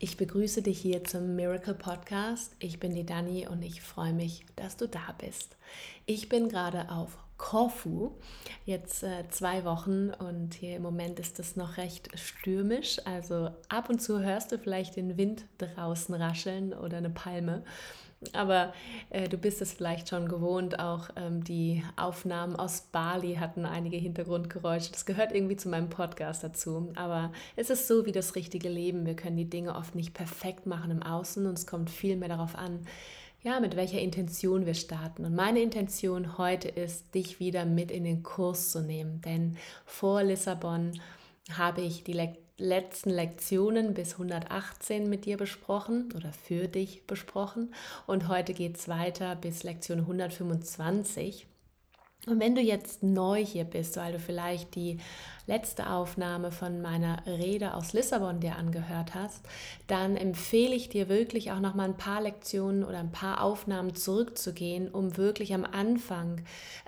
Ich begrüße dich hier zum Miracle Podcast. Ich bin die Dani und ich freue mich, dass du da bist. Ich bin gerade auf Korfu, jetzt 2 Wochen und hier im Moment ist es noch recht stürmisch. Also ab und zu hörst du vielleicht den Wind draußen rascheln oder eine Palme. Aber du bist es vielleicht schon gewohnt, auch die Aufnahmen aus Bali hatten einige Hintergrundgeräusche. Das gehört irgendwie zu meinem Podcast dazu. Aber es ist so wie das richtige Leben. Wir können die Dinge oft nicht perfekt machen im Außen und es kommt viel mehr darauf an, ja, mit welcher Intention wir starten. Und meine Intention heute ist, dich wieder mit in den Kurs zu nehmen. Denn vor Lissabon habe ich die letzten Lektionen bis 118 mit dir besprochen oder für dich besprochen. Und heute geht es weiter bis Lektion 125. Und wenn du jetzt neu hier bist, weil du vielleicht die letzte Aufnahme von meiner Rede aus Lissabon dir angehört hast, dann empfehle ich dir wirklich auch noch mal ein paar Lektionen oder ein paar Aufnahmen zurückzugehen, um wirklich am Anfang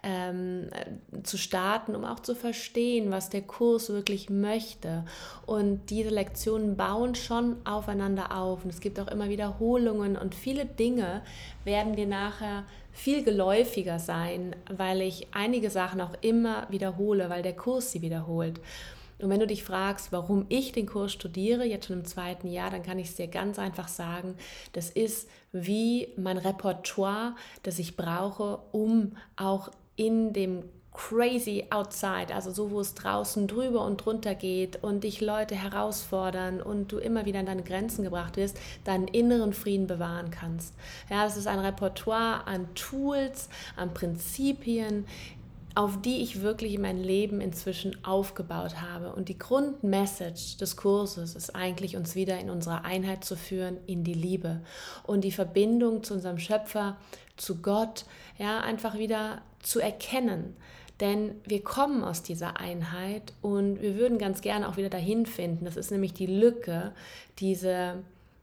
zu starten, um auch zu verstehen, was der Kurs wirklich möchte. Und diese Lektionen bauen schon aufeinander auf und es gibt auch immer Wiederholungen und viele Dinge werden dir nachher viel geläufiger sein, weil ich einige Sachen auch immer wiederhole, weil der Kurs sie wiederholt. Und wenn du dich fragst, warum ich den Kurs studiere, jetzt schon im 2. Jahr, dann kann ich es dir ganz einfach sagen, das ist wie mein Repertoire, das ich brauche, um auch in dem crazy outside, also so, wo es draußen drüber und drunter geht und dich Leute herausfordern und du immer wieder an deine Grenzen gebracht wirst, deinen inneren Frieden bewahren kannst. Ja, das ist ein Repertoire an Tools, an Prinzipien, auf die ich wirklich mein Leben inzwischen aufgebaut habe. Und die Grundmessage des Kurses ist eigentlich, uns wieder in unsere Einheit zu führen, in die Liebe und die Verbindung zu unserem Schöpfer, zu Gott, ja, einfach wieder zu erkennen. Denn wir kommen aus dieser Einheit und wir würden ganz gerne auch wieder dahin finden. Das ist nämlich die Lücke, diese,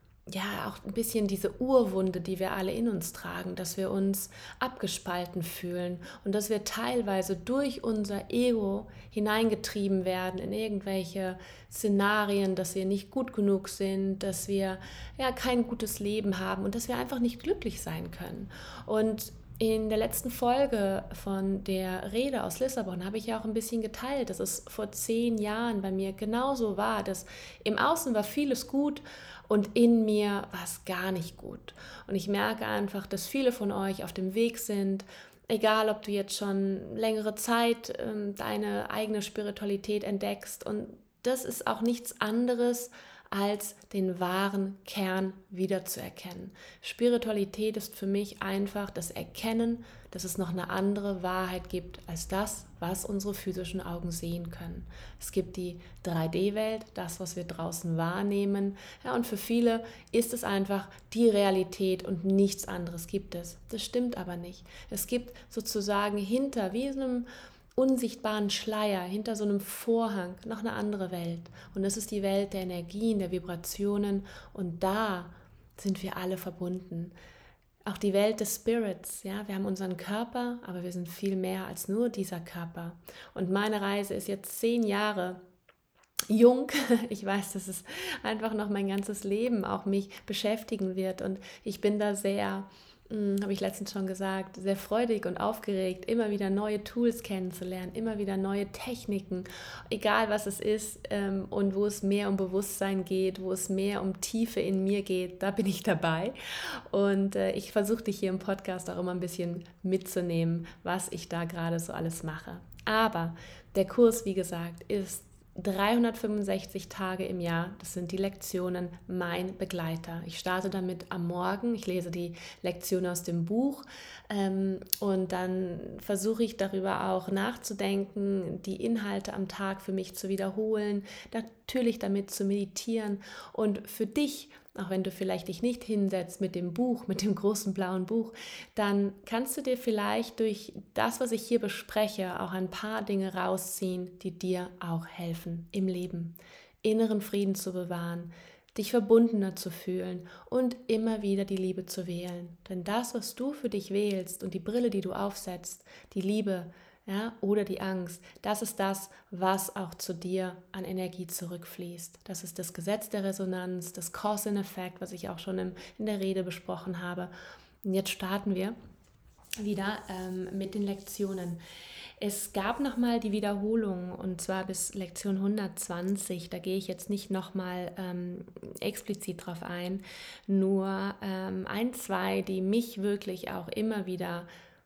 ja, auch ein bisschen diese Urwunde, die wir alle in uns tragen, dass wir uns abgespalten fühlen und dass wir teilweise durch unser Ego hineingetrieben werden in irgendwelche Szenarien, dass wir nicht gut genug sind, dass wir ja kein gutes Leben haben und dass wir einfach nicht glücklich sein können. Und in der letzten Folge von der Rede aus Lissabon habe ich ja auch ein bisschen geteilt, dass es vor 10 Jahren bei mir genauso war, dass im Außen war vieles gut und in mir war es gar nicht gut. Und ich merke einfach, dass viele von euch auf dem Weg sind, egal ob du jetzt schon längere Zeit deine eigene Spiritualität entdeckst. Und das ist auch nichts anderes als den wahren Kern wiederzuerkennen. Spiritualität ist für mich einfach das Erkennen, dass es noch eine andere Wahrheit gibt als das, was unsere physischen Augen sehen können. Es gibt die 3D-Welt, das, was wir draußen wahrnehmen. Ja, und für viele ist es einfach die Realität und nichts anderes gibt es. Das stimmt aber nicht. Es gibt sozusagen hinter wie so einem unsichtbaren Schleier, hinter so einem Vorhang noch eine andere Welt. Und das ist die Welt der Energien, der Vibrationen. Und da sind wir alle verbunden. Auch die Welt des Spirits, ja, wir haben unseren Körper, aber wir sind viel mehr als nur dieser Körper. Und meine Reise ist jetzt 10 Jahre jung. Ich weiß, dass es einfach noch mein ganzes Leben auch mich beschäftigen wird und ich bin da sehr, habe ich letztens schon gesagt, sehr freudig und aufgeregt, immer wieder neue Tools kennenzulernen, immer wieder neue Techniken, egal was es ist und wo es mehr um Bewusstsein geht, wo es mehr um Tiefe in mir geht, da bin ich dabei und ich versuche dich hier im Podcast auch immer ein bisschen mitzunehmen, was ich da gerade so alles mache. Aber der Kurs, wie gesagt, ist 365 Tage im Jahr, das sind die Lektionen, mein Begleiter. Ich starte damit am Morgen, ich lese die Lektion aus dem Buch und dann versuche ich darüber auch nachzudenken, die Inhalte am Tag für mich zu wiederholen, natürlich damit zu meditieren und für dich, auch wenn du vielleicht dich nicht hinsetzt mit dem Buch, mit dem großen blauen Buch, dann kannst du dir vielleicht durch das, was ich hier bespreche, auch ein paar Dinge rausziehen, die dir auch helfen im Leben. Inneren Frieden zu bewahren, dich verbundener zu fühlen und immer wieder die Liebe zu wählen. Denn das, was du für dich wählst und die Brille, die du aufsetzt, die Liebe, ja, oder die Angst. Das ist das, was auch zu dir an Energie zurückfließt. Das ist das Gesetz der Resonanz, das Cause-and-Effect, was ich auch schon in der Rede besprochen habe. Und jetzt starten wir wieder mit den Lektionen. Es gab nochmal die Wiederholung und zwar bis Lektion 120. Da gehe ich jetzt nicht nochmal explizit drauf ein, nur ein, zwei, die mich wirklich auch immer wieder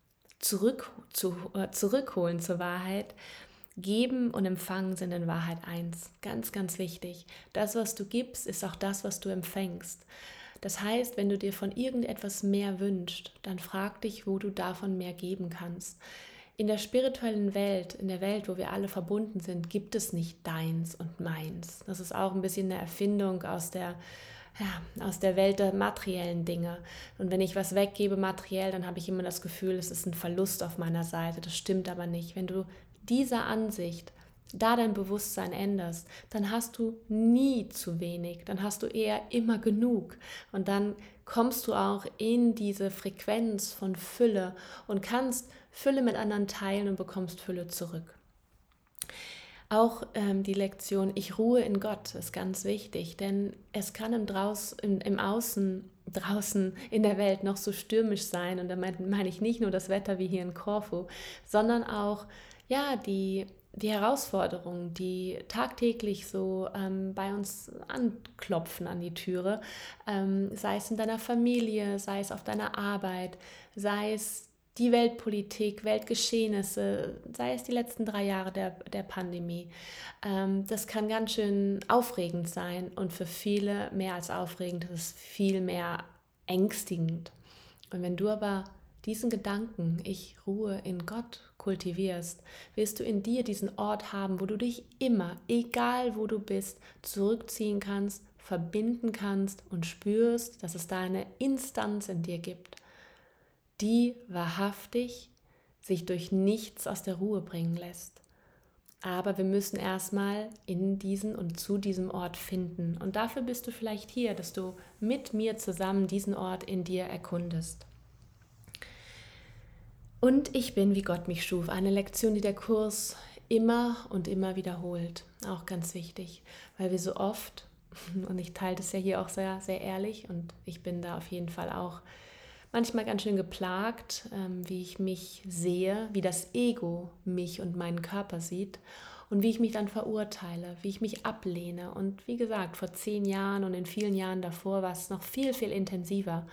zurückholen zur Wahrheit. Geben und empfangen sind in Wahrheit eins. Ganz, ganz wichtig. Das, was du gibst, ist auch das, was du empfängst. Das heißt, wenn du dir von irgendetwas mehr wünschst, dann frag dich, wo du davon mehr geben kannst. In der spirituellen Welt, in der Welt, wo wir alle verbunden sind, gibt es nicht deins und meins. Das ist auch ein bisschen eine Erfindung aus der Welt der materiellen Dinge. Und wenn ich was weggebe materiell, dann habe ich immer das Gefühl, es ist ein Verlust auf meiner Seite. Das stimmt aber nicht. Wenn du dieser Ansicht da dein Bewusstsein änderst, dann hast du nie zu wenig, dann hast du eher immer genug und dann kommst du auch in diese Frequenz von Fülle und kannst Fülle mit anderen teilen und bekommst Fülle zurück. Auch die Lektion Ich ruhe in Gott ist ganz wichtig, denn es kann im Außen, draußen in der Welt noch so stürmisch sein und da meine ich nicht nur das Wetter wie hier in Korfu, sondern auch die Herausforderungen, die tagtäglich so bei uns anklopfen an die Türe, sei es in deiner Familie, sei es auf deiner Arbeit, sei es die Weltpolitik, Weltgeschehnisse, sei es die letzten 3 Jahre der Pandemie. Das kann ganz schön aufregend sein und für viele mehr als aufregend, das ist viel mehr ängstigend. Und wenn du aber diesen Gedanken, ich ruhe in Gott, kultivierst, wirst du in dir diesen Ort haben, wo du dich immer, egal wo du bist, zurückziehen kannst, verbinden kannst und spürst, dass es da eine Instanz in dir gibt, die wahrhaftig sich durch nichts aus der Ruhe bringen lässt. Aber wir müssen erstmal in diesen und zu diesem Ort finden. Und dafür bist du vielleicht hier, dass du mit mir zusammen diesen Ort in dir erkundest. Und ich bin, wie Gott mich schuf. Eine Lektion, die der Kurs immer und immer wiederholt. Auch ganz wichtig, weil wir so oft, und ich teile das ja hier auch sehr, sehr ehrlich, und ich bin da auf jeden Fall auch manchmal ganz schön geplagt, wie ich mich sehe, wie das Ego mich und meinen Körper sieht und wie ich mich dann verurteile, wie ich mich ablehne. Und wie gesagt, vor 10 Jahren und in vielen Jahren davor war es noch viel, viel intensiver.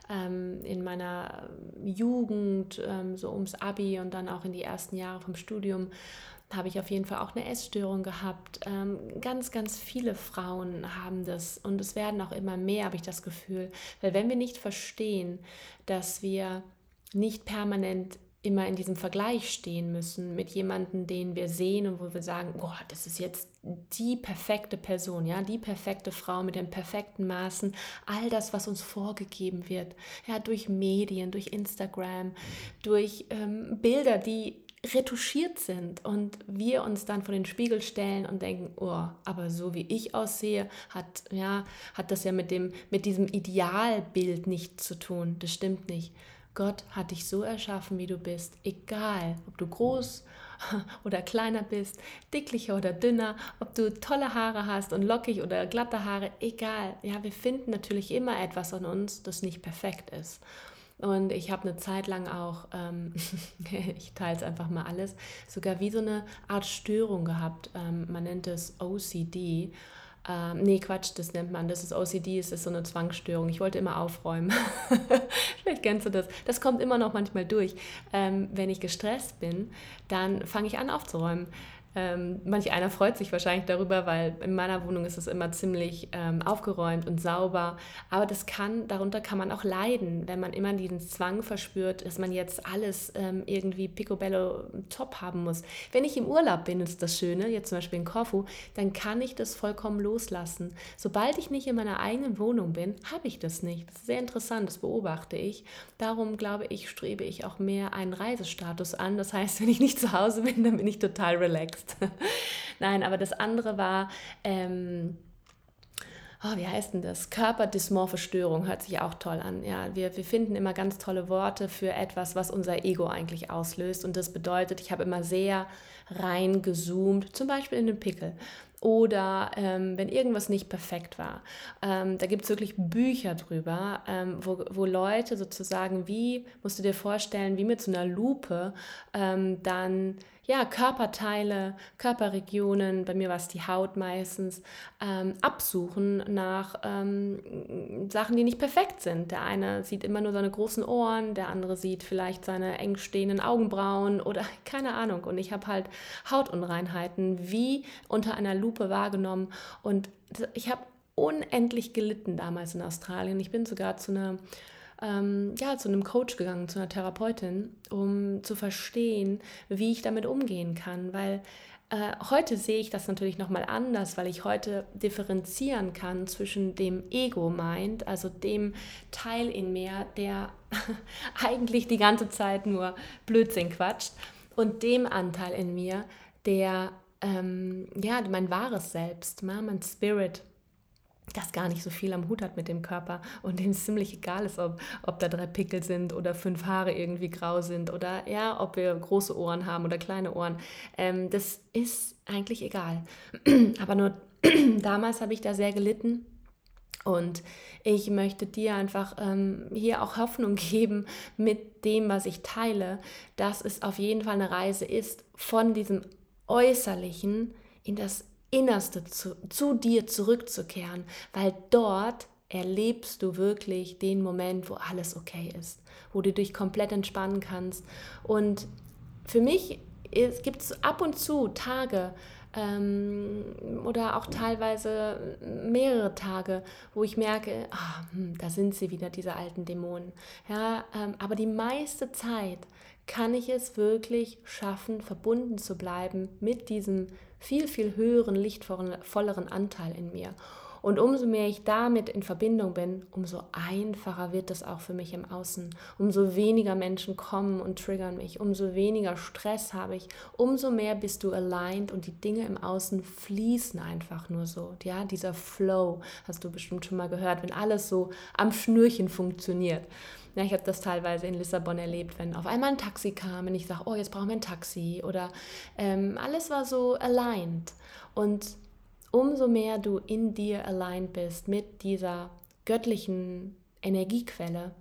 In meiner Jugend, so ums Abi und dann auch in die ersten Jahre vom Studium, habe ich auf jeden Fall auch eine Essstörung gehabt. Ganz, ganz viele Frauen haben das und es werden auch immer mehr, habe ich das Gefühl. Weil wenn wir nicht verstehen, dass wir nicht permanent immer in diesem Vergleich stehen müssen mit jemandem, den wir sehen und wo wir sagen, oh, das ist jetzt die perfekte Person, ja, die perfekte Frau mit den perfekten Maßen, all das, was uns vorgegeben wird, ja, durch Medien, durch Instagram, durch Bilder, die retuschiert sind und wir uns dann vor den Spiegel stellen und denken, oh, aber so wie ich aussehe, hat das ja mit diesem Idealbild nichts zu tun. Das stimmt nicht. Gott hat dich so erschaffen, wie du bist, egal, ob du groß oder kleiner bist, dicklicher oder dünner, ob du tolle Haare hast und lockig oder glatte Haare, egal. Ja, wir finden natürlich immer etwas an uns, das nicht perfekt ist. Und ich habe eine Zeit lang auch, ich teile es einfach mal alles, sogar wie so eine Art Störung gehabt. Man nennt es OCD. Nee, Quatsch, das ist OCD, es ist so eine Zwangsstörung. Ich wollte immer aufräumen. Vielleicht kennst du das. Das kommt immer noch manchmal durch. Wenn ich gestresst bin, dann fange ich an aufzuräumen. Manch einer freut sich wahrscheinlich darüber, weil in meiner Wohnung ist es immer ziemlich aufgeräumt und sauber. Aber darunter kann man auch leiden, wenn man immer diesen Zwang verspürt, dass man jetzt alles irgendwie picobello top haben muss. Wenn ich im Urlaub bin, ist das Schöne, jetzt zum Beispiel in Korfu, dann kann ich das vollkommen loslassen. Sobald ich nicht in meiner eigenen Wohnung bin, habe ich das nicht. Das ist sehr interessant, das beobachte ich. Darum glaube ich, strebe ich auch mehr einen Reisestatus an. Das heißt, wenn ich nicht zu Hause bin, dann bin ich total relaxed. Nein, aber das andere war, wie heißt denn das? Körperdysmorphe Störung hört sich auch toll an. Ja, wir finden immer ganz tolle Worte für etwas, was unser Ego eigentlich auslöst. Und das bedeutet, ich habe immer sehr reingezoomt, zum Beispiel in den Pickel. Oder wenn irgendwas nicht perfekt war. Da gibt es wirklich Bücher drüber, wo Leute sozusagen musst du dir vorstellen, wie mit so einer Lupe dann ja, Körperteile, Körperregionen, bei mir war es die Haut meistens, absuchen nach Sachen, die nicht perfekt sind. Der eine sieht immer nur seine großen Ohren, der andere sieht vielleicht seine eng stehenden Augenbrauen oder keine Ahnung. Und ich habe halt Hautunreinheiten wie unter einer Lupe wahrgenommen und ich habe unendlich gelitten damals in Australien. Ich bin sogar zu einem Coach gegangen, zu einer Therapeutin, um zu verstehen, wie ich damit umgehen kann, weil heute sehe ich das natürlich nochmal anders, weil ich heute differenzieren kann zwischen dem Ego-Mind, also dem Teil in mir, der eigentlich die ganze Zeit nur Blödsinn quatscht, und dem Anteil in mir, der mein wahres Selbst, mein Spirit, das gar nicht so viel am Hut hat mit dem Körper und dem es ziemlich egal ist, ob da 3 Pickel sind oder 5 Haare irgendwie grau sind oder ja, ob wir große Ohren haben oder kleine Ohren. Das ist eigentlich egal. Aber nur damals habe ich da sehr gelitten. Und ich möchte dir einfach hier auch Hoffnung geben mit dem, was ich teile, dass es auf jeden Fall eine Reise ist von diesem Äußerlichen in das Innerste zu dir zurückzukehren, weil dort erlebst du wirklich den Moment, wo alles okay ist, wo du dich komplett entspannen kannst. Und für mich gibt es ab und zu Tage oder auch teilweise mehrere Tage, wo ich merke, da sind sie wieder, diese alten Dämonen. Ja, aber die meiste Zeit kann ich es wirklich schaffen, verbunden zu bleiben mit diesem viel, viel höheren, lichtvolleren Anteil in mir. Und umso mehr ich damit in Verbindung bin, umso einfacher wird es auch für mich im Außen. Umso weniger Menschen kommen und triggern mich, umso weniger Stress habe ich, umso mehr bist du aligned und die Dinge im Außen fließen einfach nur so. Ja, dieser Flow, hast du bestimmt schon mal gehört, wenn alles so am Schnürchen funktioniert. Ja, ich habe das teilweise in Lissabon erlebt, wenn auf einmal ein Taxi kam und ich sage, oh, jetzt brauchen wir ein Taxi. Oder alles war so aligned. Und umso mehr du in dir aligned bist mit dieser göttlichen Energiequelle,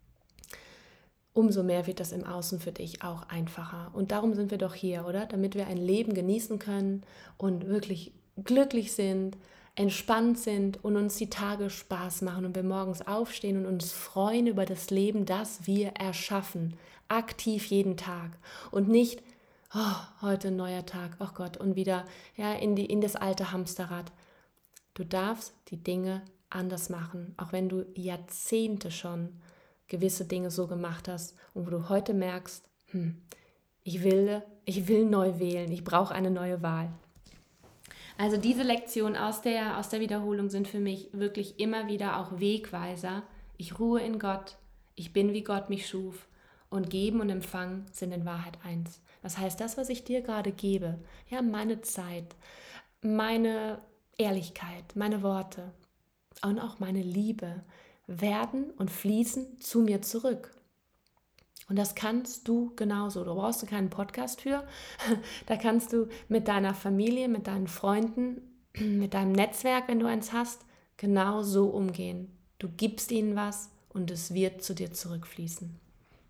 umso mehr wird das im Außen für dich auch einfacher. Und darum sind wir doch hier, oder? Damit wir ein Leben genießen können und wirklich glücklich sind, entspannt sind und uns die Tage Spaß machen und wir morgens aufstehen und uns freuen über das Leben, das wir erschaffen, aktiv jeden Tag und nicht heute ein neuer Tag, oh Gott, und wieder ja, in das alte Hamsterrad. Du darfst die Dinge anders machen, auch wenn du Jahrzehnte schon gewisse Dinge so gemacht hast und wo du heute merkst, ich will neu wählen, ich brauche eine neue Wahl. Also diese Lektionen aus der Wiederholung sind für mich wirklich immer wieder auch Wegweiser. Ich ruhe in Gott, ich bin wie Gott mich schuf und Geben und Empfangen sind in Wahrheit eins. Das heißt, das, was ich dir gerade gebe, ja, meine Zeit, meine Ehrlichkeit, meine Worte und auch meine Liebe werden und fließen zu mir zurück. Und das kannst du genauso. Du brauchst keinen Podcast für. Da kannst du mit deiner Familie, mit deinen Freunden, mit deinem Netzwerk, wenn du eins hast, genauso umgehen. Du gibst ihnen was und es wird zu dir zurückfließen.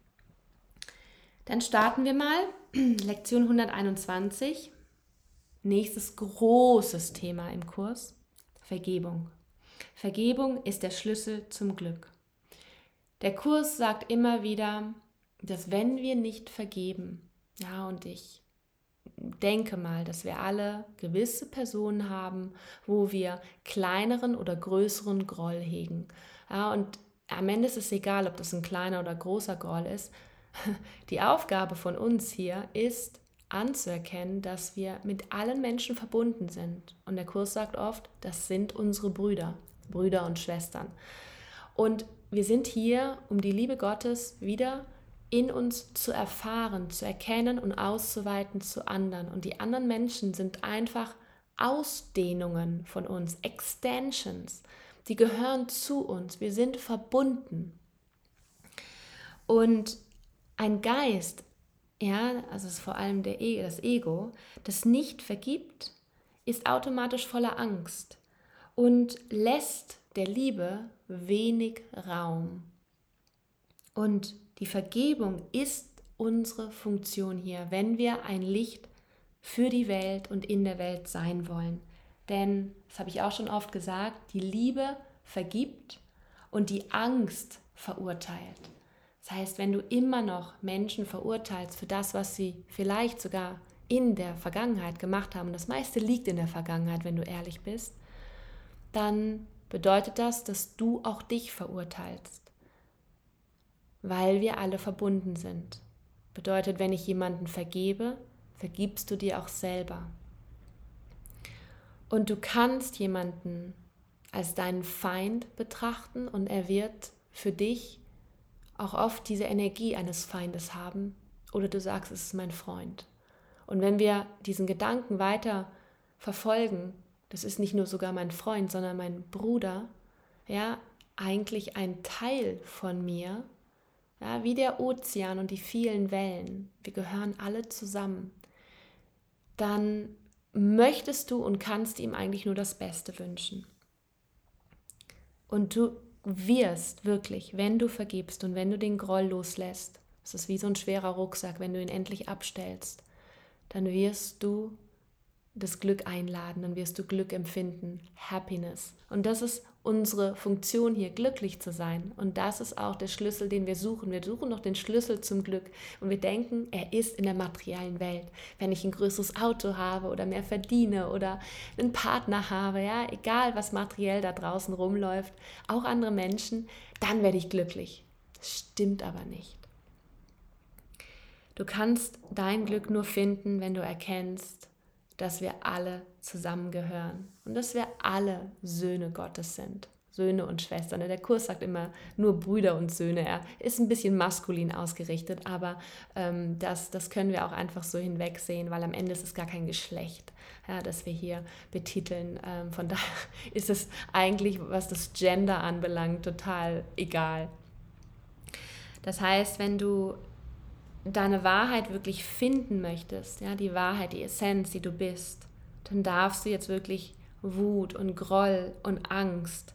Dann starten wir mal. Lektion 121. Nächstes großes Thema im Kurs. Vergebung. Vergebung ist der Schlüssel zum Glück. Der Kurs sagt immer wieder, dass wenn wir nicht vergeben, ja, und ich denke mal, dass wir alle gewisse Personen haben, wo wir kleineren oder größeren Groll hegen. Ja, und am Ende ist es egal, ob das ein kleiner oder großer Groll ist. Die Aufgabe von uns hier ist, anzuerkennen, dass wir mit allen Menschen verbunden sind. Und der Kurs sagt oft, das sind unsere Brüder und Schwestern. Und wir sind hier, um die Liebe Gottes wieder in uns zu erfahren, zu erkennen und auszuweiten zu anderen. Und die anderen Menschen sind einfach Ausdehnungen von uns, Extensions. Die gehören zu uns. Wir sind verbunden. Und ein Geist, ja, also es ist vor allem das Ego, das nicht vergibt, ist automatisch voller Angst und lässt der Liebe wenig Raum. Und die Vergebung ist unsere Funktion hier, wenn wir ein Licht für die Welt und in der Welt sein wollen. Denn, das habe ich auch schon oft gesagt, die Liebe vergibt und die Angst verurteilt. Das heißt, wenn du immer noch Menschen verurteilst für das, was sie vielleicht sogar in der Vergangenheit gemacht haben, und das meiste liegt in der Vergangenheit, wenn du ehrlich bist, dann bedeutet das, dass du auch dich verurteilst, weil wir alle verbunden sind. Bedeutet, wenn ich jemanden vergebe, vergibst du dir auch selber. Und du kannst jemanden als deinen Feind betrachten und er wird für dich auch oft diese Energie eines Feindes haben. Oder du sagst, es ist mein Freund. Und wenn wir diesen Gedanken weiter verfolgen, das ist nicht nur sogar mein Freund, sondern mein Bruder, ja, eigentlich ein Teil von mir, ja, wie der Ozean und die vielen Wellen, wir gehören alle zusammen, dann möchtest du und kannst ihm eigentlich nur das Beste wünschen. Und du wirst wirklich, wenn du vergibst und wenn du den Groll loslässt, das ist wie so ein schwerer Rucksack, wenn du ihn endlich abstellst, dann wirst du das Glück einladen, dann wirst du Glück empfinden, Happiness. Und das ist unsere Funktion hier, glücklich zu sein. Und das ist auch der Schlüssel, den wir suchen. Wir suchen noch den Schlüssel zum Glück. Und wir denken, er ist in der materiellen Welt. Wenn ich ein größeres Auto habe oder mehr verdiene oder einen Partner habe, ja, egal was materiell da draußen rumläuft, auch andere Menschen, dann werde ich glücklich. Das stimmt aber nicht. Du kannst dein Glück nur finden, wenn du erkennst, dass wir alle zusammengehören und dass wir alle Söhne Gottes sind, Söhne und Schwestern. Der Kurs sagt immer nur Brüder und Söhne. Er ist ein bisschen maskulin ausgerichtet, aber das können wir auch einfach so hinwegsehen, weil am Ende ist es gar kein Geschlecht, ja, das wir hier betiteln. Von daher ist es eigentlich, was das Gender anbelangt, total egal. Das heißt, wenn du deine Wahrheit wirklich finden möchtest, ja, die Wahrheit, die Essenz, die du bist, dann darfst du jetzt wirklich Wut und Groll und Angst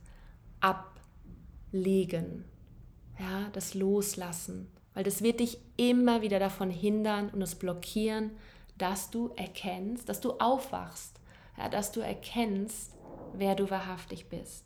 ablegen, ja, das Loslassen, weil das wird dich immer wieder davon hindern und es blockieren, dass du erkennst, dass du aufwachst, ja, dass du erkennst, wer du wahrhaftig bist.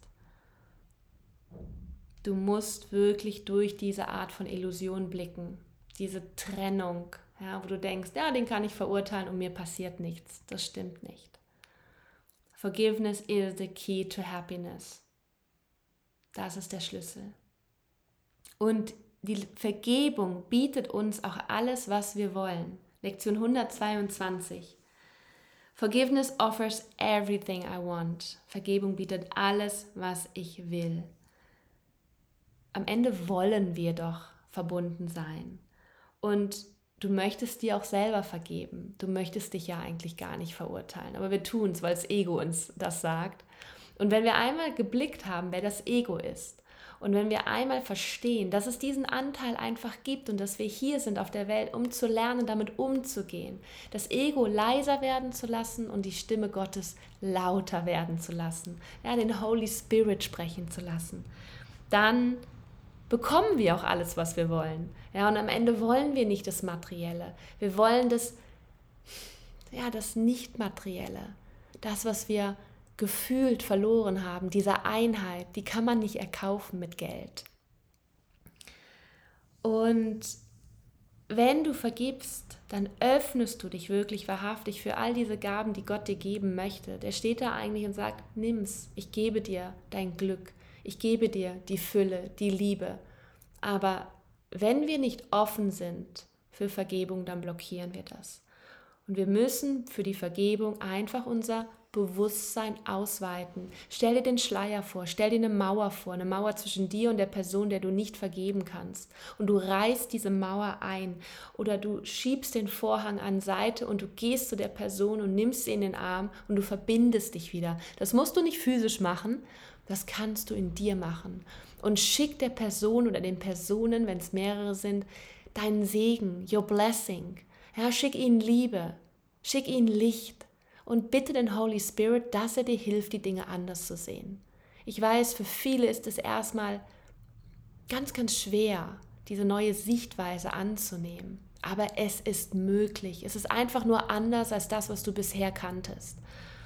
Du musst wirklich durch diese Art von Illusion blicken, diese Trennung, ja, wo du denkst, ja, den kann ich verurteilen und mir passiert nichts. Das stimmt nicht. Forgiveness is the key to happiness. Das ist der Schlüssel. Und die Vergebung bietet uns auch alles, was wir wollen. Lektion 122. Forgiveness offers everything I want. Vergebung bietet alles, was ich will. Am Ende wollen wir doch verbunden sein. Und du möchtest dir auch selber vergeben. Du möchtest dich ja eigentlich gar nicht verurteilen. Aber wir tun es, weil das Ego uns das sagt. Und wenn wir einmal geblickt haben, wer das Ego ist, und wenn wir einmal verstehen, dass es diesen Anteil einfach gibt und dass wir hier sind auf der Welt, um zu lernen, damit umzugehen, das Ego leiser werden zu lassen und die Stimme Gottes lauter werden zu lassen, ja, den Holy Spirit sprechen zu lassen, dann bekommen wir auch alles, was wir wollen. Ja, und am Ende wollen wir nicht das Materielle. Wir wollen das Nicht-Materielle. Das, was wir gefühlt verloren haben, diese Einheit, die kann man nicht erkaufen mit Geld. Und wenn du vergibst, dann öffnest du dich wirklich wahrhaftig für all diese Gaben, die Gott dir geben möchte. Der steht da eigentlich und sagt, nimm's, ich gebe dir dein Glück. Ich gebe dir die Fülle, die Liebe. Aber wenn wir nicht offen sind für Vergebung, dann blockieren wir das. Und wir müssen für die Vergebung einfach unser Bewusstsein ausweiten. Stell dir den Schleier vor, stell dir eine Mauer vor, eine Mauer zwischen dir und der Person, der du nicht vergeben kannst. Und du reißt diese Mauer ein oder du schiebst den Vorhang an Seite und du gehst zu der Person und nimmst sie in den Arm und du verbindest dich wieder. Das musst du nicht physisch machen. Das kannst du in dir machen. Und schick der Person oder den Personen, wenn es mehrere sind, deinen Segen, your blessing. Ja, schick ihnen Liebe, schick ihnen Licht und bitte den Holy Spirit, dass er dir hilft, die Dinge anders zu sehen. Ich weiß, für viele ist es erstmal ganz, ganz schwer, diese neue Sichtweise anzunehmen. Aber es ist möglich. Es ist einfach nur anders als das, was du bisher kanntest.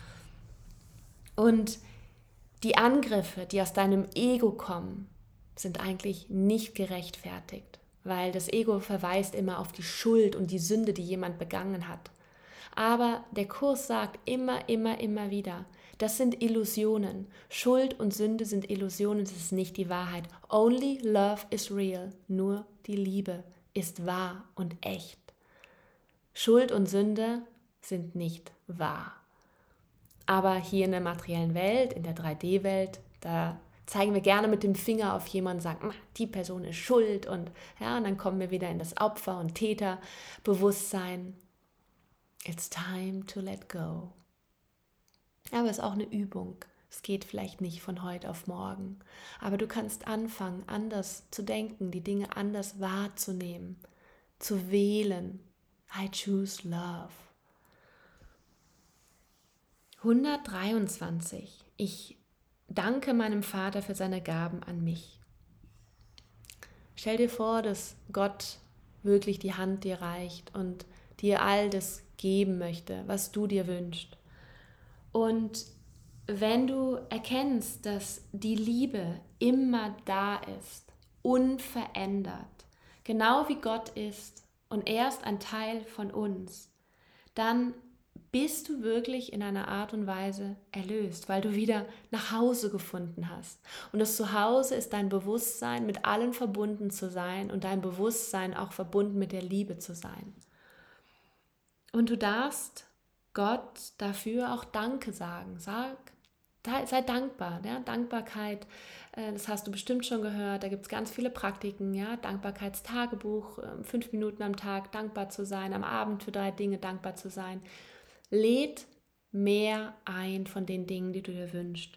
Und die Angriffe, die aus deinem Ego kommen, sind eigentlich nicht gerechtfertigt, weil das Ego verweist immer auf die Schuld und die Sünde, die jemand begangen hat. Aber der Kurs sagt immer wieder, das sind Illusionen. Schuld und Sünde sind Illusionen, das ist nicht die Wahrheit. Only love is real. Nur die Liebe ist wahr und echt. Schuld und Sünde sind nicht wahr. Aber hier in der materiellen Welt, in der 3D-Welt, da zeigen wir gerne mit dem Finger auf jemanden und sagen, die Person ist schuld und dann kommen wir wieder in das Opfer- und Täterbewusstsein. It's time to let go. Aber es ist auch eine Übung. Es geht vielleicht nicht von heute auf morgen. Aber du kannst anfangen, anders zu denken, die Dinge anders wahrzunehmen, zu wählen. I choose love. 123. Ich danke meinem Vater für seine Gaben an mich. Stell dir vor, dass Gott wirklich die Hand dir reicht und dir all das geben möchte, was du dir wünschst. Und wenn du erkennst, dass die Liebe immer da ist, unverändert, genau wie Gott ist und er ist ein Teil von uns, dann bist du wirklich in einer Art und Weise erlöst, weil du wieder nach Hause gefunden hast. Und das Zuhause ist dein Bewusstsein, mit allen verbunden zu sein und dein Bewusstsein auch verbunden mit der Liebe zu sein. Und du darfst Gott dafür auch Danke sagen. Sei dankbar. Ja? Dankbarkeit, das hast du bestimmt schon gehört, da gibt es ganz viele Praktiken. Ja? Dankbarkeitstagebuch, 5 Minuten am Tag dankbar zu sein, am Abend für 3 Dinge dankbar zu sein. Lädt mehr ein von den Dingen, die du dir wünschst.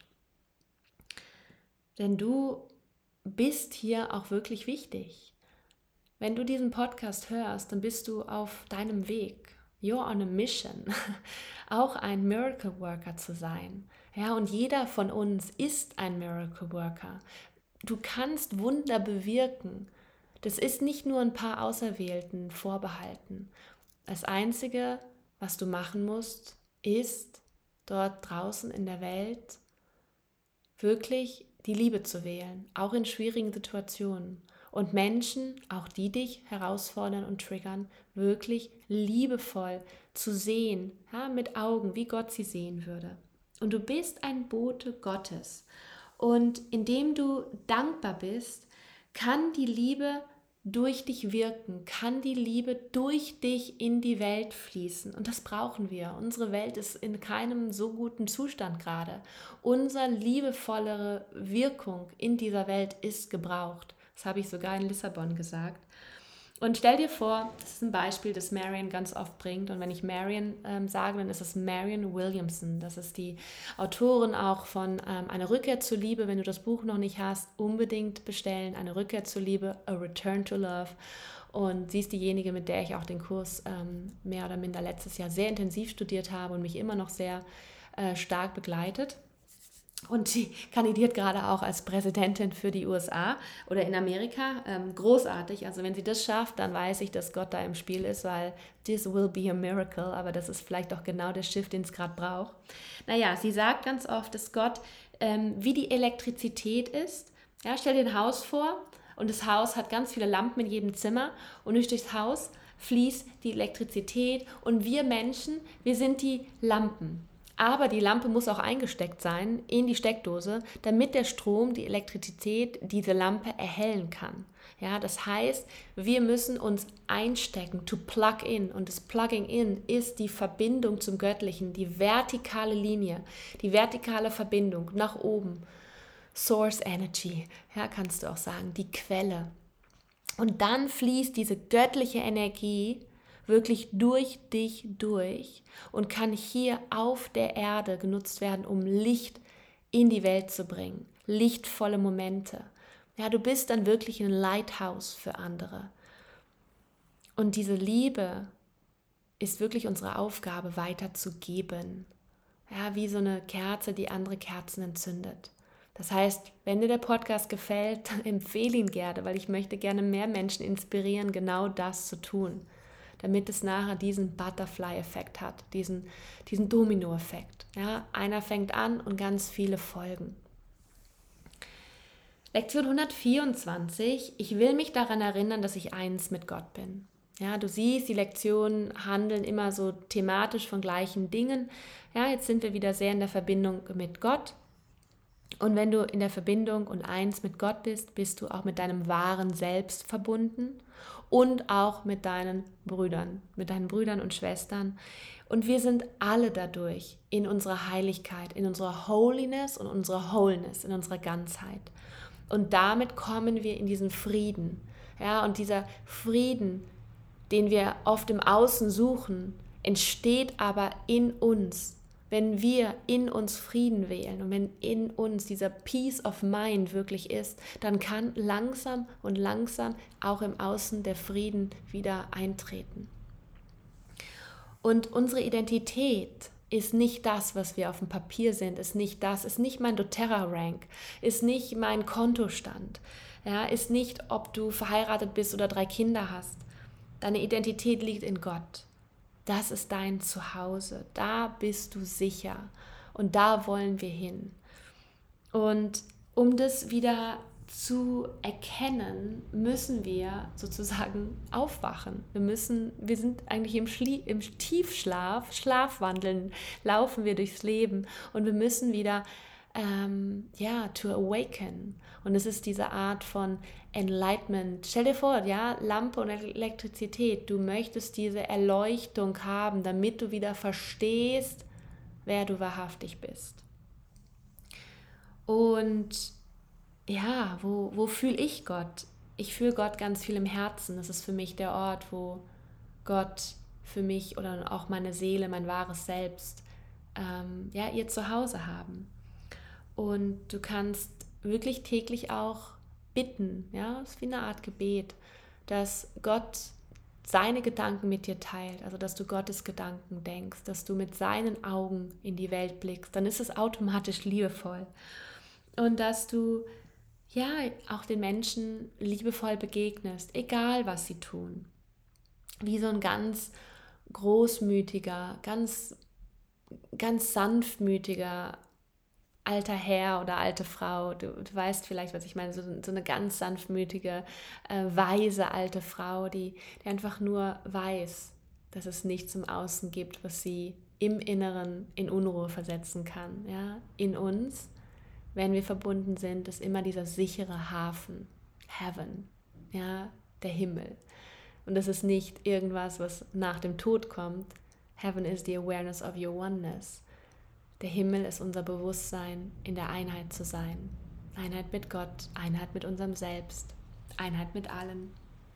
Denn du bist hier auch wirklich wichtig. Wenn du diesen Podcast hörst, dann bist du auf deinem Weg. You're on a mission, auch ein Miracle Worker zu sein. Ja, und jeder von uns ist ein Miracle Worker. Du kannst Wunder bewirken. Das ist nicht nur ein paar Auserwählten vorbehalten. Das Einzige, was du machen musst, ist dort draußen in der Welt wirklich die Liebe zu wählen, auch in schwierigen Situationen. Und Menschen, auch die dich herausfordern und triggern, wirklich liebevoll zu sehen, ja, mit Augen, wie Gott sie sehen würde. Und du bist ein Bote Gottes. Und indem du dankbar bist, kann die Liebe durch dich wirken, kann die Liebe durch dich in die Welt fließen. Und das brauchen wir. Unsere Welt ist in keinem so guten Zustand gerade. Unsere liebevollere Wirkung in dieser Welt ist gebraucht. Das habe ich sogar in Lissabon gesagt. Und stell dir vor, das ist ein Beispiel, das Marianne ganz oft bringt. Und wenn ich Marianne sage, dann ist es Marianne Williamson. Das ist die Autorin auch von Eine Rückkehr zur Liebe. Wenn du das Buch noch nicht hast, unbedingt bestellen. Eine Rückkehr zur Liebe, A Return to Love. Und sie ist diejenige, mit der ich auch den Kurs mehr oder minder letztes Jahr sehr intensiv studiert habe und mich immer noch sehr stark begleitet. Und sie kandidiert gerade auch als Präsidentin für die USA oder in Amerika. Großartig. Also wenn sie das schafft, dann weiß ich, dass Gott da im Spiel ist, weil this will be a miracle. Aber das ist vielleicht auch genau der Shift, den es gerade braucht. Naja, sie sagt ganz oft, dass Gott wie die Elektrizität ist. Ja, stell dir ein Haus vor und das Haus hat ganz viele Lampen in jedem Zimmer und durch das Haus fließt die Elektrizität und wir Menschen, wir sind die Lampen. Aber die Lampe muss auch eingesteckt sein in die Steckdose, damit der Strom, die Elektrizität, diese Lampe erhellen kann. Ja, das heißt, wir müssen uns einstecken, to plug in. Und das Plugging in ist die Verbindung zum Göttlichen, die vertikale Linie, die vertikale Verbindung nach oben. Source Energy, ja, kannst du auch sagen, die Quelle. Und dann fließt diese göttliche Energie wirklich durch dich durch und kann hier auf der Erde genutzt werden, um Licht in die Welt zu bringen. lichtvolle Momente. Ja, du bist dann wirklich ein Lighthouse für andere. Und diese Liebe ist wirklich unsere Aufgabe, weiterzugeben. Ja, wie so eine Kerze, die andere Kerzen entzündet. Das heißt, wenn dir der Podcast gefällt, dann empfehle ihn gerne, weil ich möchte gerne mehr Menschen inspirieren, genau das zu tun, damit es nachher diesen Butterfly-Effekt hat, diesen Domino-Effekt. Ja, einer fängt an und ganz viele folgen. Lektion 124, ich will mich daran erinnern, dass ich eins mit Gott bin. Ja, du siehst, die Lektionen handeln immer so thematisch von gleichen Dingen. Ja, jetzt sind wir wieder sehr in der Verbindung mit Gott. Und wenn du in der Verbindung und eins mit Gott bist, bist du auch mit deinem wahren Selbst verbunden und auch mit deinen Brüdern und Schwestern. Und wir sind alle dadurch in unserer Heiligkeit, in unserer Holiness und unserer Wholeness, in unserer Ganzheit. Und damit kommen wir in diesen Frieden. Ja, und dieser Frieden, den wir oft im Außen suchen, entsteht aber in uns. Wenn wir in uns Frieden wählen und wenn in uns dieser Peace of Mind wirklich ist, dann kann langsam und langsam auch im Außen der Frieden wieder eintreten. Und unsere Identität ist nicht das, was wir auf dem Papier sind, ist nicht mein doTERRA-Rank, ist nicht mein Kontostand, ja, ist nicht, ob du verheiratet bist oder 3 Kinder hast. Deine Identität liegt in Gott. Das ist dein Zuhause, da bist du sicher und da wollen wir hin. Und um das wieder zu erkennen, müssen wir sozusagen aufwachen. Wir sind eigentlich im Tiefschlaf, Schlafwandeln, laufen wir durchs Leben und wir müssen wieder to awaken. Und es ist diese Art von Enlightenment. Stell dir vor, ja, Lampe und Elektrizität, du möchtest diese Erleuchtung haben, damit du wieder verstehst, wer du wahrhaftig bist. Und ja, wo fühle ich Gott? Ich fühle Gott ganz viel im Herzen. Das ist für mich der Ort, wo Gott für mich oder auch meine Seele, mein wahres Selbst, ihr Zuhause haben. Und du kannst wirklich täglich auch bitten, ja, das ist wie eine Art Gebet, dass Gott seine Gedanken mit dir teilt, also dass du Gottes Gedanken denkst, dass du mit seinen Augen in die Welt blickst, dann ist es automatisch liebevoll. Und dass du ja auch den Menschen liebevoll begegnest, egal was sie tun. Wie so ein ganz großmütiger, ganz, ganz sanftmütiger alter Herr oder alte Frau, du weißt vielleicht, was ich meine, so eine ganz sanftmütige, weise alte Frau, die einfach nur weiß, dass es nichts im Außen gibt, was sie im Inneren in Unruhe versetzen kann. Ja? In uns, wenn wir verbunden sind, ist immer dieser sichere Hafen, Heaven, ja? Der Himmel. Und das ist nicht irgendwas, was nach dem Tod kommt. Heaven is the awareness of your oneness. Der Himmel ist unser Bewusstsein, in der Einheit zu sein. Einheit mit Gott, Einheit mit unserem Selbst, Einheit mit allen.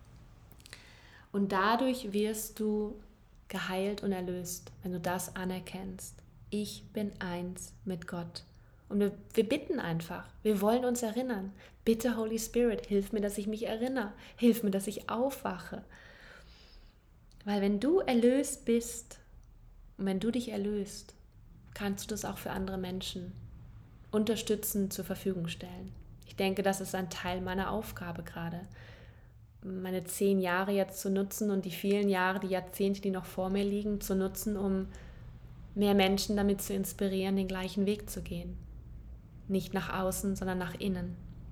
Und dadurch wirst du geheilt und erlöst, wenn du das anerkennst. Ich bin eins mit Gott. Und wir bitten einfach, wir wollen uns erinnern. Bitte, Holy Spirit, hilf mir, dass ich mich erinnere. Hilf mir, dass ich aufwache. Weil wenn du erlöst bist und wenn du dich erlöst, kannst du das auch für andere Menschen unterstützend zur Verfügung stellen. Ich denke, das ist ein Teil meiner Aufgabe gerade. Meine 10 Jahre jetzt zu nutzen und die vielen Jahre, die Jahrzehnte, die noch vor mir liegen, zu nutzen, um mehr Menschen damit zu inspirieren, den gleichen Weg zu gehen. Nicht nach außen, sondern nach innen.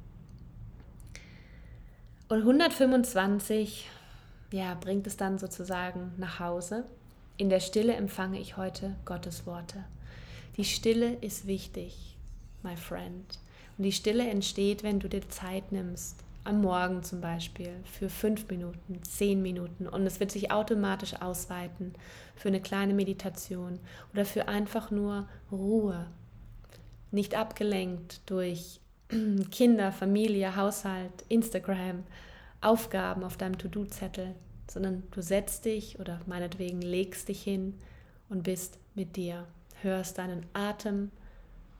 Und 125, bringt es dann sozusagen nach Hause. In der Stille empfange ich heute Gottes Worte. Die Stille ist wichtig, my friend. Und die Stille entsteht, wenn du dir Zeit nimmst, am Morgen zum Beispiel, für 5 Minuten, 10 Minuten. Und es wird sich automatisch ausweiten für eine kleine Meditation oder für einfach nur Ruhe. Nicht abgelenkt durch Kinder, Familie, Haushalt, Instagram, Aufgaben auf deinem To-Do-Zettel, sondern du setzt dich oder meinetwegen legst dich hin und bist mit dir. Hörst deinen Atem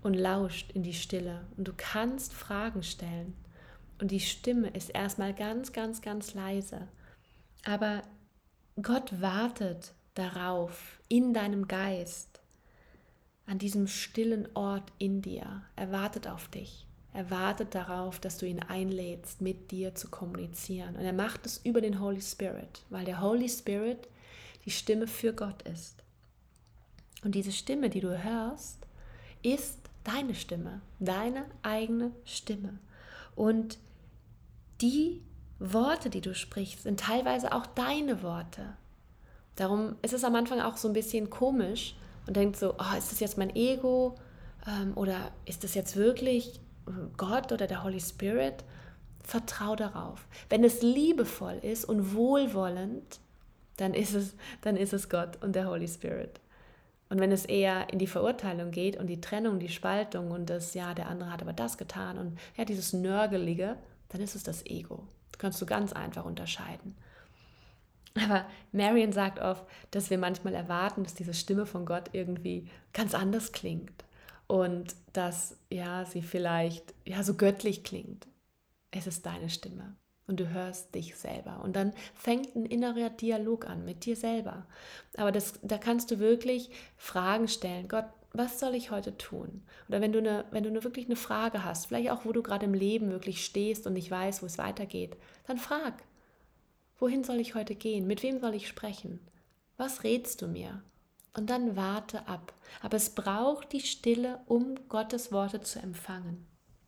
und lauscht in die Stille. Und du kannst Fragen stellen. Und die Stimme ist erstmal ganz, ganz, ganz leise. Aber Gott wartet darauf, in deinem Geist, an diesem stillen Ort in dir. Er wartet auf dich. Er wartet darauf, dass du ihn einlädst, mit dir zu kommunizieren. Und er macht es über den Holy Spirit, weil der Holy Spirit die Stimme für Gott ist. Und diese Stimme, die du hörst, ist deine Stimme, deine eigene Stimme. Und die Worte, die du sprichst, sind teilweise auch deine Worte. Darum ist es am Anfang auch so ein bisschen komisch und denkt so, oh, ist das jetzt mein Ego oder ist das jetzt wirklich Gott oder der Holy Spirit? Vertrau darauf. Wenn es liebevoll ist und wohlwollend, dann ist es Gott und der Holy Spirit. Und wenn es eher in die Verurteilung geht und die Trennung, die Spaltung und das, ja, der andere hat aber das getan und ja, dieses Nörgelige, dann ist es das Ego. Das kannst du ganz einfach unterscheiden. Aber Marian sagt oft, dass wir manchmal erwarten, dass diese Stimme von Gott irgendwie ganz anders klingt und dass ja, sie vielleicht ja, so göttlich klingt. Es ist deine Stimme und du hörst dich selber. Und dann fängt ein innerer Dialog an mit dir selber. Aber da kannst du wirklich Fragen stellen. Gott, was soll ich heute tun? Oder wenn du wirklich eine Frage hast, vielleicht auch, wo du gerade im Leben wirklich stehst und nicht weißt, wo es weitergeht, dann frag. Wohin soll ich heute gehen? Mit wem soll ich sprechen? Was rätst du mir? Und dann warte ab. Aber es braucht die Stille, um Gottes Worte zu empfangen.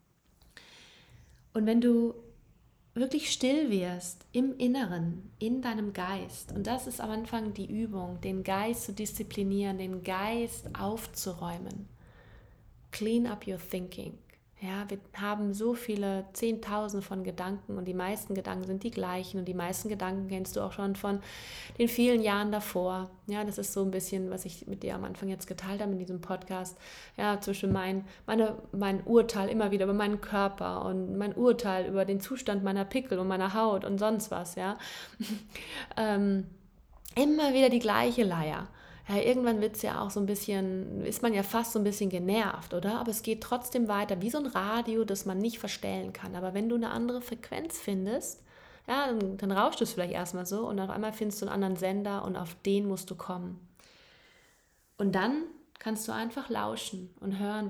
Und wenn du wirklich still wirst im Inneren, in deinem Geist, und das ist am Anfang die Übung, den Geist zu disziplinieren, den Geist aufzuräumen. Clean up your thinking. Ja, wir haben so viele Zehntausende von Gedanken und die meisten Gedanken sind die gleichen und die meisten Gedanken kennst du auch schon von den vielen Jahren davor. Ja, das ist so ein bisschen, was ich mit dir am Anfang jetzt geteilt habe in diesem Podcast. Ja, zwischen mein Urteil immer wieder über meinen Körper und mein Urteil über den Zustand meiner Pickel und meiner Haut und sonst was. Ja, immer wieder die gleiche Leier. Ja, irgendwann wird's ja auch so ein bisschen, ist man ja fast so ein bisschen genervt, oder? Aber es geht trotzdem weiter, wie so ein Radio, das man nicht verstellen kann. Aber wenn du eine andere Frequenz findest, ja, dann rauscht es vielleicht erstmal so und auf einmal findest du einen anderen Sender und auf den musst du kommen. Und dann kannst du einfach lauschen und hören,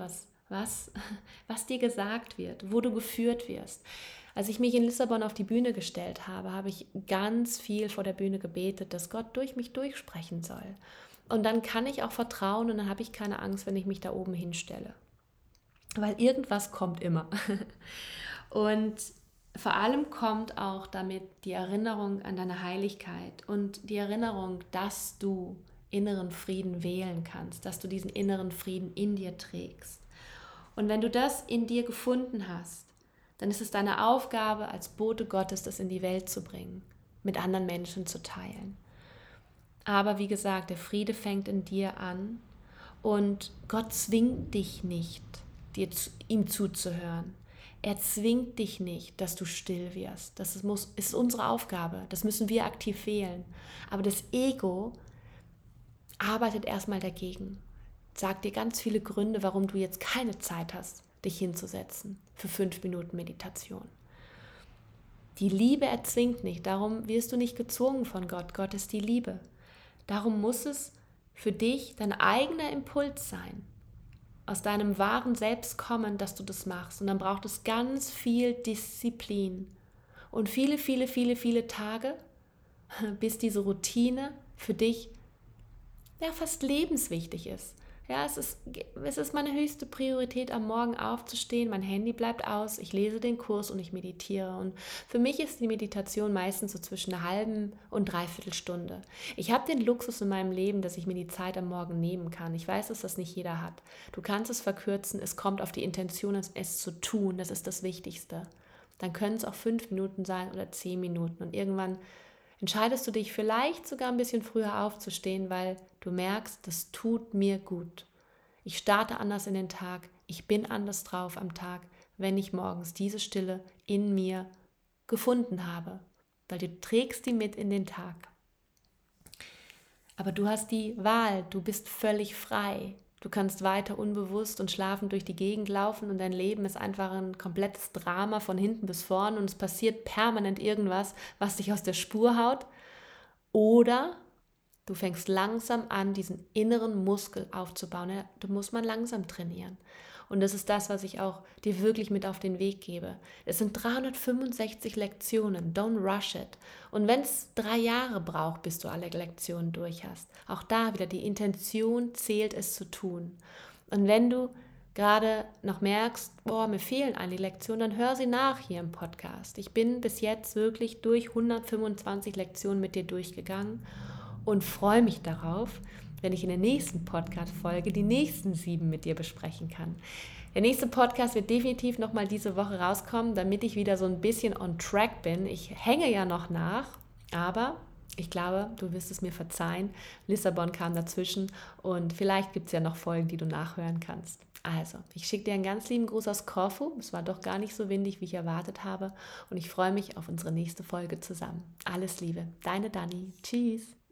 was dir gesagt wird, wo du geführt wirst. Als ich mich in Lissabon auf die Bühne gestellt habe, habe ich ganz viel vor der Bühne gebetet, dass Gott durch mich durchsprechen soll. Und dann kann ich auch vertrauen und dann habe ich keine Angst, wenn ich mich da oben hinstelle. Weil irgendwas kommt immer. Und vor allem kommt auch damit die Erinnerung an deine Heiligkeit und die Erinnerung, dass du inneren Frieden wählen kannst, dass du diesen inneren Frieden in dir trägst. Und wenn du das in dir gefunden hast, dann ist es deine Aufgabe, als Bote Gottes das in die Welt zu bringen, mit anderen Menschen zu teilen. Aber wie gesagt, der Friede fängt in dir an und Gott zwingt dich nicht, ihm zuzuhören. Er zwingt dich nicht, dass du still wirst. Ist unsere Aufgabe. Das müssen wir aktiv wählen. Aber das Ego arbeitet erstmal dagegen. Sagt dir ganz viele Gründe, warum du jetzt keine Zeit hast, dich hinzusetzen für 5 Minuten Meditation. Die Liebe erzwingt nicht. Darum wirst du nicht gezwungen von Gott. Gott ist die Liebe. Darum muss es für dich dein eigener Impuls sein, aus deinem wahren Selbst kommen, dass du das machst. Und dann braucht es ganz viel Disziplin und viele, viele, viele, viele Tage, bis diese Routine für dich ja fast lebenswichtig ist. Ja, es ist meine höchste Priorität, am Morgen aufzustehen, mein Handy bleibt aus, ich lese den Kurs und ich meditiere. Und für mich ist die Meditation meistens so zwischen einer halben und dreiviertel Stunde. Ich habe den Luxus in meinem Leben, dass ich mir die Zeit am Morgen nehmen kann. Ich weiß, dass das nicht jeder hat. Du kannst es verkürzen, es kommt auf die Intention, es zu tun, das ist das Wichtigste. Dann können es auch 5 Minuten sein oder 10 Minuten und irgendwann entscheidest du dich vielleicht sogar ein bisschen früher aufzustehen, weil du merkst, das tut mir gut. Ich starte anders in den Tag, ich bin anders drauf am Tag, wenn ich morgens diese Stille in mir gefunden habe, weil du trägst die mit in den Tag. Aber du hast die Wahl, du bist völlig frei. Du kannst weiter unbewusst und schlafend durch die Gegend laufen und dein Leben ist einfach ein komplettes Drama von hinten bis vorn und es passiert permanent irgendwas, was dich aus der Spur haut. Oder du fängst langsam an, diesen inneren Muskel aufzubauen. Ja, du musst mal langsam trainieren. Und das ist das, was ich auch dir wirklich mit auf den Weg gebe. Es sind 365 Lektionen. Don't rush it. Und wenn es 3 Jahre braucht, bis du alle Lektionen durch hast, auch da wieder die Intention zählt, es zu tun. Und wenn du gerade noch merkst, boah, mir fehlen einige Lektionen, dann hör sie nach hier im Podcast. Ich bin bis jetzt wirklich durch 125 Lektionen mit dir durchgegangen und freue mich darauf, wenn ich in der nächsten Podcast-Folge die nächsten 7 mit dir besprechen kann. Der nächste Podcast wird definitiv nochmal diese Woche rauskommen, damit ich wieder so ein bisschen on track bin. Ich hänge ja noch nach, aber ich glaube, du wirst es mir verzeihen. Lissabon kam dazwischen und vielleicht gibt es ja noch Folgen, die du nachhören kannst. Also, ich schicke dir einen ganz lieben Gruß aus Korfu. Es war doch gar nicht so windig, wie ich erwartet habe. Und ich freue mich auf unsere nächste Folge zusammen. Alles Liebe, deine Dani. Tschüss.